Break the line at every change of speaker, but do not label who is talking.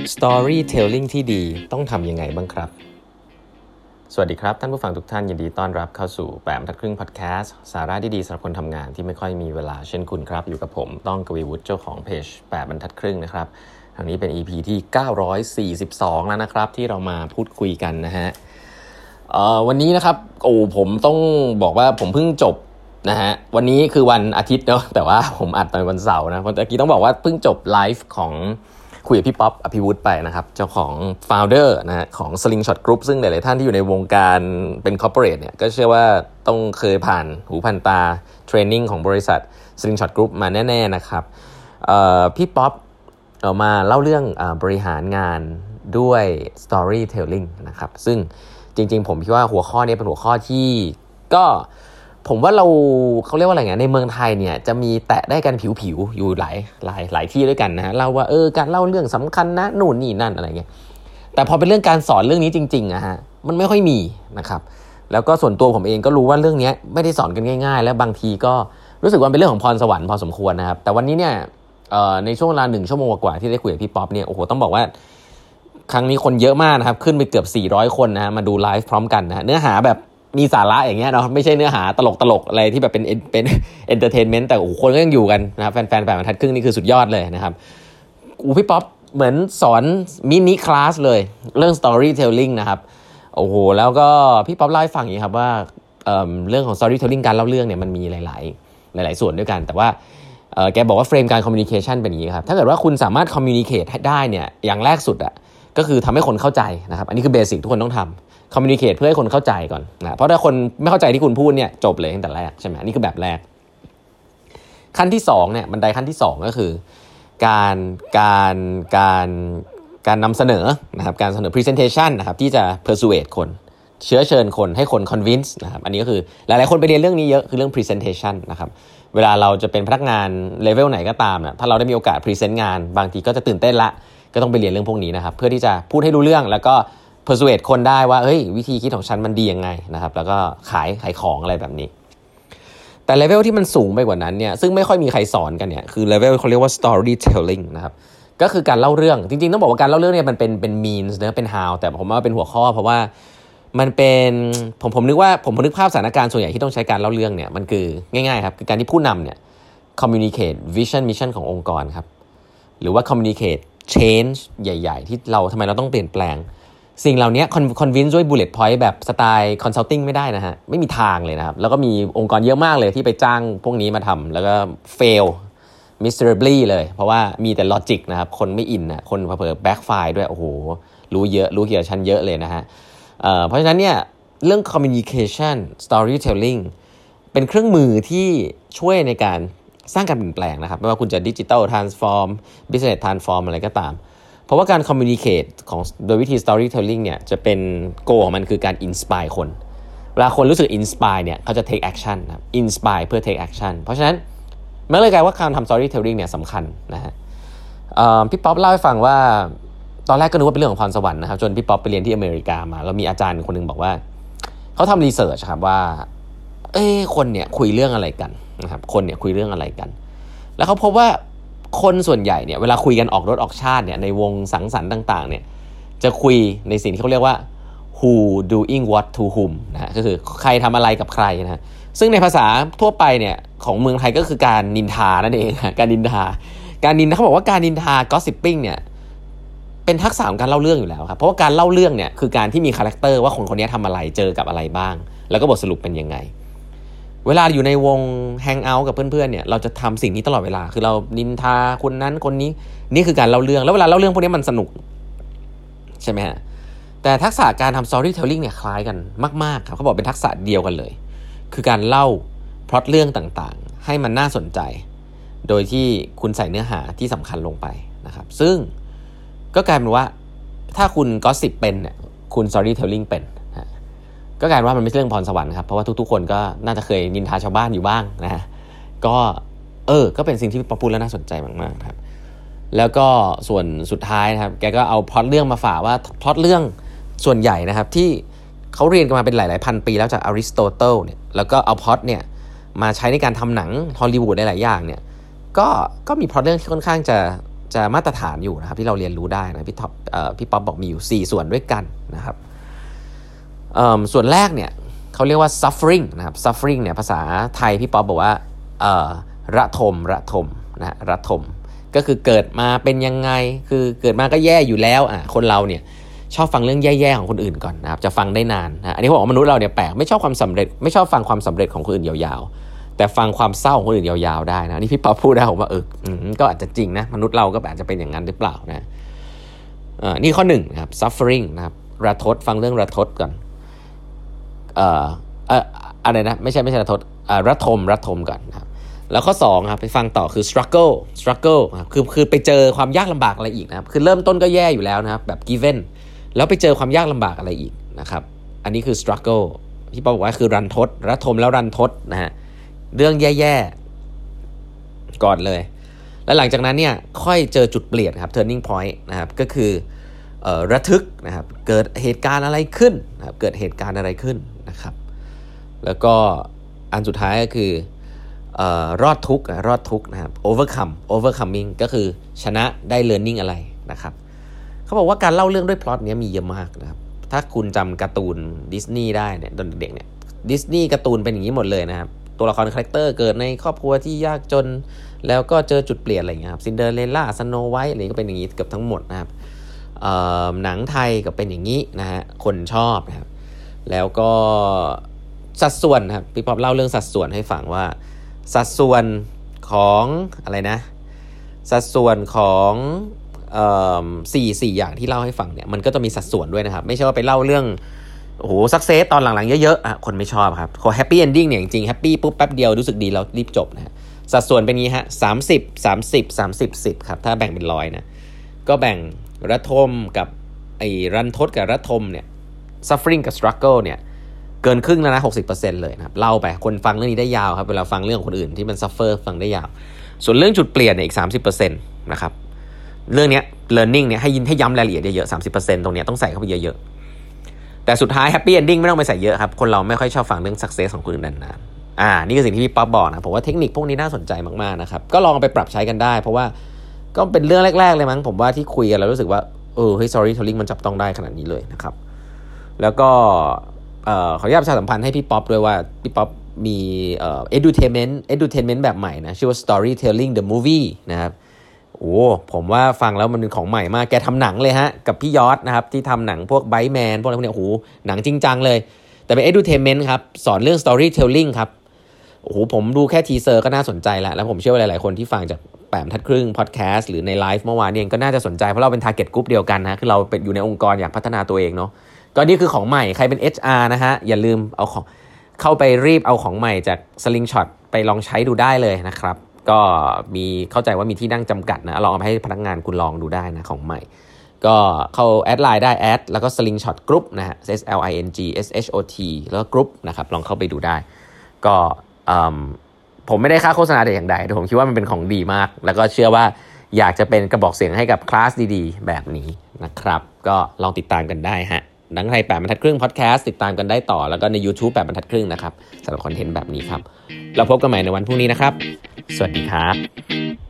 Storytelling ที่ดีต้องทำยังไงบ้างครับสวัสดีครับท่านผู้ฟังทุกท่านยินดีต้อนรับเข้าสู่8 บรรทัดครึ่งพอดแคสต์สาระดีๆสำหรับคนทำงานที่ไม่ค่อยมีเวลาเช่นคุณครับอยู่กับผมต้องกวีวุฒิเจ้าของเพจ8 บรรทัดครึ่งนะครับทางนี้เป็น EP ที่942แล้วนะครับที่เรามาพูดคุยกันนะฮะวันนี้นะครับผมต้องบอกว่าผมเพิ่งจบนะฮะวันนี้คือวันอาทิตย์เนาะแต่ว่าผมอัดตอนวันเสาร์นะเพราะเมื่อกี้ต้องบอกว่าเพิ่งจบไลฟ์ของคุยกับพี่ป๊อปอภิวุฒิไปนะครับเจ้าของ founder นะฮะของ Slingshot Group ซึ่งหลายๆท่านที่อยู่ในวงการเป็น corporate เนี่ยก็เชื่อว่าต้องเคยผ่านหูผ่านตาเทรนนิ่งของบริษัท Slingshot Group มาแน่ๆนะครับพี่ป๊อปมาเล่าเรื่องบริหารงานด้วย storytelling นะครับซึ่งจริงๆผมคิดว่าหัวข้อนี้เป็นหัวข้อที่ก็ผมว่าเขาเรียกว่าอะไรเงี้ยในเมืองไทยเนี่ยจะมีแตะได้กันผิวๆอยู่หลายที่ด้วยกันนะฮะเล่าว่าการเล่าเรื่องสำคัญนะนู่นนี่นั่นอะไรเงี้ยแต่พอเป็นเรื่องการสอนเรื่องนี้จริงๆอะฮะมันไม่ค่อยมีนะครับแล้วก็ส่วนตัวผมเองก็รู้ว่าเรื่องนี้ไม่ได้สอนกันง่ายๆและบางทีก็รู้สึกว่าเป็นเรื่องของพรสวรรค์พอสมควรนะครับแต่วันนี้เนี่ยในช่วงเวลา1 ชั่วโมงกว่าที่ได้คุยกับพี่ป๊อปเนี่ยโอ้โหต้องบอกว่าครั้งนี้คนเยอะมากนะครับขึ้นไปเกือบ400คนนะฮะมาดูไลฟ์พร้อมกันนะเนื้อหาแบบมีสาระอย่างเงี้ยเนาะไม่ใช่เนื้อหาตลกอะไรที่แบบเป็นเอนเตอร์เทนเมนต์แต่โอ้โหคนก็ยังอยู่กันนะครับแฟนๆ8 บรรทัดครึ่งนี่คือสุดยอดเลยนะครับพี่ป๊อปเหมือนสอนมินิคลาสเลยเรื่อง storytelling นะครับโอ้โหแล้วก็พี่ป๊อปเล่าให้ฟังอย่างนี้ครับว่าเรื่องของ storytelling การเล่าเรื่องเนี่ยมันมีหลายส่วนด้วยกันแต่ว่าแกบอกว่าเฟรมการ communication เป็นอย่างนี้ครับถ้าเกิดว่าคุณสามารถ communicate ได้เนี่ยอย่างแรกสุดอ่ะก็คือทำให้คนเข้าใจนะครับอันนี้คือเบสิกทุกคนต้องทำ communicate เพื่อให้คนเข้าใจก่อนนะเพราะถ้าคนไม่เข้าใจที่คุณพูดเนี่ยจบเลยตั้งแต่แรกใช่ไหมนี่คือแบบแรกขั้นที่2เนี่ยบันไดขั้นที่2ก็คือการนำเสนอนะครับการเสนอ presentation นะครับที่จะ persuade คนเชิญคนให้คน convince นะครับอันนี้ก็คือหลายๆคนไปเรียนเรื่องนี้เยอะคือเรื่อง presentation นะครับเวลาเราจะเป็นพนักงานเลเวลไหนก็ตามนะถ้าเราได้มีโอกาส present งานบางทีก็จะตื่นเต้นละก็ต้องไปเรียนเรื่องพวกนี้นะครับเพื่อที่จะพูดให้รู้เรื่องแล้วก็ persuade คนได้ว่าเฮ้ยวิธีคิดของฉันมันดียังไงนะครับแล้วก็ขายของอะไรแบบนี้แต่เลเวลที่มันสูงไปกว่านั้นเนี่ยซึ่งไม่ค่อยมีใครสอนกันเนี่ยคือเลเวลเขาเรียกว่า storytelling นะครับก็คือการเล่าเรื่องจริงๆต้องบอกว่าการเล่าเรื่องเนี่ยมันเป็น means นะเป็น how แต่ผมว่าเป็นหัวข้อเพราะว่ามันเป็นผมนึกภาพสถานการณ์ส่วนใหญ่ที่ต้องใช้การเล่าเรื่องเนี่ยมันคือง่ายๆครับคือการที่ผู้นำเนี่ย communicate vision mission ขององค์กรครับหรือว่า communicate change ใหญ่ๆที่ทำไมเราต้องเปลี่ยนแปลงสิ่งเหล่านี้convince ด้วย bullet point แบบสไตล์ consulting ไม่ได้นะฮะไม่มีทางเลยนะครับแล้วก็มีองค์กรเยอะมากเลยที่ไปจ้างพวกนี้มาทำแล้วก็ fail miserably เลยเพราะว่ามีแต่ logic นะครับคนไม่อินนะคนเผลอ backfire ด้วยโอ้โหรู้เกี่ยวกับชั้นเยอะเลยนะฮะเพราะฉะนั้นเนี่ยเรื่อง communication storytelling เป็นเครื่องมือที่ช่วยในการสร้างการเปลี่ยนแปลงนะครับไม่ว่าคุณจะ digital transform business transform อะไรก็ตามเพราะว่าการ communicate ของโดยวิธี storytelling เนี่ยจะเป็น goal ของมันคือการ inspire คนเวลาคนรู้สึก inspire เนี่ยเขาจะ take action นะครับ inspire เพื่อ take action เพราะฉะนั้นมันเลยกลายว่าการทำ storytelling เนี่ยสำคัญนะฮะพี่ป๊อปเล่าให้ฟังว่าตอนแรกก็นึกว่าเป็นเรื่องของพรสวรรค์นะครับจนพี่ป๊อปไปเรียนที่อเมริกามาแล้วมีอาจารย์คนนึงบอกว่าเขาทำรีเสิร์ชครับว่าคนเนี่ยคุยเรื่องอะไรกันนะครับคนเนี่ยคุยเรื่องอะไรกันแล้วเขาพบว่าคนส่วนใหญ่เนี่ยเวลาคุยกันออกรถออกชาติเนี่ยในวงสังสรรค์ต่างๆเนี่ยจะคุยในสิ่งที่เขาเรียกว่า who doing what to whom นะฮะก็คือใครทำอะไรกับใครนะฮะซึ่งในภาษาทั่วไปเนี่ยของเมืองไทยก็คือการนินทานั่นเองการนินทาเขาบอกว่าการนินทา gossiping เนี่ยเป็นทักษะของการเล่าเรื่องอยู่แล้วครับเพราะว่าการเล่าเรื่องเนี่ยคือการที่มีคาแรคเตอร์ว่าคนนี้ทำอะไรเจอกับอะไรบ้างแล้วก็บทสรุปเป็นยังไงเวลาอยู่ในวงแฮงเอาท์กับเพื่อนๆเนี่ยเราจะทำสิ่งนี้ตลอดเวลาคือเรานินทาคนนั้นคนนี้นี่คือการเล่าเรื่องแล้วเวลาเล่าเรื่องพวกนี้มันสนุกใช่ไหมฮะแต่ทักษะการทำ storytelling เนี่ยคล้ายกันมากๆครับเขาบอกเป็นทักษะเดียวกันเลยคือการเล่าพล็อตเรื่องต่างๆให้มันน่าสนใจโดยที่คุณใส่เนื้อหาที่สำคัญลงไปนะครับซึ่งก็กลายเป็นว่าถ้าคุณก็สิบเป็นเนี่ยคุณ storytelling เป็นก็กลายว่ามันไม่ใช่เรื่องพรสวรรค์ครับเพราะว่าทุกๆคนก็น่าจะเคยนินทาชาวบ้านอยู่บ้างนะฮะก็เป็นสิ่งที่ป๊อปพูดแล้วน่าสนใจมากๆครับแล้วก็ส่วนสุดท้ายนะครับแกก็เอาพล็อตเรื่องมาฝากว่าพล็อตเรื่องส่วนใหญ่นะครับที่เขาเรียนกันมาเป็นหลายๆพันปีแล้วจากอริสโตเติลเนี่ยแล้วก็เอาพล็อตเนี่ยมาใช้ในการทำหนังฮอลลีวูดหลายๆอย่างเนี่ยก็มีพล็อตเรื่องที่ค่อนข้างจะจะมาตรฐานอยู่นะครับที่เราเรียนรู้ได้นะพี่ป๊อปบอกมีอยู่4ส่วนด้วยกันนะครับส่วนแรกเนี่ยเขาเรียกว่า suffering นะครับ suffering เนี่ยภาษาไทยพี่ป๊อปบอกว่าระทมนะระทมก็คือเกิดมาเป็นยังไงคือเกิดมาก็แย่อยู่แล้วคนเราเนี่ยชอบฟังเรื่องแย่ๆของคนอื่นก่อนนะครับจะฟังได้นานนะอันนี้เขาบอกว่ามนุษย์เราเนี่ยแปลกไม่ชอบความสำเร็จไม่ชอบฟังความสำเร็จของคนอื่นยาวๆแต่ฟังความเศร้าของคนอื่นยาวๆได้นะนี่พี่ป๊อปพูดได้ผมว่าก็อาจจะจริงนะมนุษย์เราก็อาจจะเป็นอย่างนั้นหรือเปล่านะนี่ข้อ1นะครับ suffering นะครับระทดฟังเรื่องระทดก่อนอะไรนะไม่ใช่ระทดระทมก่อนนะครับแล้วข้อ2ครับไปฟังต่อคือ struggle คือไปเจอความยากลำบากอะไรอีกนะครับคือเริ่มต้นก็แย่อยู่แล้วนะครับแบบ given แล้วไปเจอความยากลำบากอะไรอีกนะครับอันนี้คือ struggle ที่บอกว่าคือรันทดระทมแล้วรันทดนะฮะเรื่องแย่ๆก่อนเลยแล้วหลังจากนั้นเนี่ยค่อยเจอจุดเปลี่ยนครับ turning point นะครับก็คือระทึกนะครับเกิดเหตุการณ์อะไรขึ้นนะครับเกิดเหตุการณ์อะไรขึ้นนะครับแล้วก็อันสุดท้ายก็คือรอดทุกข์นะครับ overcoming ก็คือชนะได้ learning อะไรนะครับเขาบอกว่าการเล่าเรื่องด้วยพล็อตเนี้ยมีเยอะมากนะครับถ้าคุณจำการ์ตูนดิสนีย์ได้เนี่ยตอนเด็กๆเนี่ยดิสนีย์การ์ตูนเป็นอย่างนี้หมดเลยนะครับตัวละครคาแรคเตอร์เกิดในครอบครัวที่ยากจนแล้วก็เจอจุดเปลี่ยนอะไรอย่างเงี้ยครับซินเดอเรลล่าสโนไวท์อะไรก็เป็นอย่างนี้เกือบทั้งหมดนะครับหนังไทยก็เป็นอย่างนี้นะฮะคนชอบนะครับแล้วก็สัดส่วนครับพี่ป๊อปเล่าเรื่องสัดส่วนให้ฟังว่าสัดส่วนของอะไรนะสัดส่วนของ4อย่างที่เล่าให้ฟังเนี่ยมันก็จะมีสัดส่วนด้วยนะครับไม่ใช่ว่าไปเล่าเรื่องโอ้โหซักเซสตอนหลังๆเยอะๆคนไม่ชอบครับขอแฮปปี้เอนดิ้งเนี่ยจริงๆแฮปปี้ปุ๊บแป๊บเดียวรู้สึกดีแล้วรีบจบนะฮะสัดส่วนเป็นงี้ฮะ30 10 ครับถ้าแบ่งเป็น100นะก็แบ่งระทมกับไอ้รันทดกับระทมเนี่ย suffering กับ struggle เนี่ยเกินครึ่งแล้วนะ 60% เลยนะครับเล่าไปคนฟังเรื่องนี้ได้ยาวครับเวลาฟังเรื่องของคนอื่นที่มัน suffer ฟังได้ยาวส่วนเรื่องจุดเปลี่ยนเนี่ยอีก 30% นะครับเรื่องนี้ learning เนี่ยให้ย้ำรายละเอียดเยอะๆ 30% ตรงเนี้ยต้องใส่เข้าไปเยอะๆแต่สุดท้าย happy ending ไม่ต้องไปใส่เยอะครับคนเราไม่ค่อยชอบฟังเรื่อง success ของคนอื่นนานๆนี่คือสิ่งที่พี่ป๊อปบอกนะผมว่าเทคนิคพวกนี้น่าสนใจมากๆนะครับก็ลองไปปรับใช้กันได้เพราะว่าก็เป็นเรื่องแรกๆเลยมั้งผมว่าที่คุยกันแล้วรู้สึกว่าเฮ้ย storytelling มันจับต้องได้ขนาดนี้เลยนะครับแล้วก็ขออนุญาตประชาสัมพันธ์ให้พี่ป๊อปด้วยว่าพี่ป๊อปมีedutainment แบบใหม่นะชื่อว่า storytelling the movie นะครับผมว่าฟังแล้วมันเป็นของใหม่มากแกทำหนังเลยฮะกับพี่ยอดนะครับที่ทำหนังพวก Bite Man พวกอะไรพวกนี้หนังจริงจังเลยแต่เป็น edutainment ครับสอนเรื่อง storytelling ครับผมดูแค่ทีเซอร์ก็น่าสนใจแล้วผมเชื่อว่าหลายๆคนที่ฟังจาก8 บรรทัดครึ่งพอดแคสต์หรือในไลฟ์เมื่อวานนี้ก็น่าจะสนใจเพราะเราเป็น target group เดียวกันนะคือเราเป็นอยู่ในองค์กรอยากพัฒนาตัวเองเนาะก็นี่คือของใหม่ใครเป็น HR นะฮะอย่าลืมเอาของเข้าไปรีบเอาของใหม่จาก Slingshot ไปลองใช้ดูได้เลยนะครับก็มีเข้าใจว่ามีที่นั่งจำกัดนะลองเอาไปให้พนักงานคุณลองดูได้นะของใหม่ก็เข้าแอดไลน์ได้แอดแล้วก็ Slingshot Group นะฮะ SLINGSHOT แล้วก็ Group นะครับลองเข้าไปดูได้ก็ผมไม่ได้ค่าโฆษณาแต่อย่างใดแต่ผมคิดว่ามันเป็นของดีมากแล้วก็เชื่อว่าอยากจะเป็นกระบอกเสียงให้กับคลาสดีๆแบบนี้นะครับก็ลองติดตามกันได้ฮะหนังไทย8 บรรทัดครึ่งพอดแคสต์ติดตามกันได้ต่อแล้วก็ใน YouTube 8 บรรทัดครึ่งนะครับสำหรับคอนเทนต์แบบนี้ครับเราพบกันใหม่ในวันพรุ่งนี้นะครับสวัสดีครับ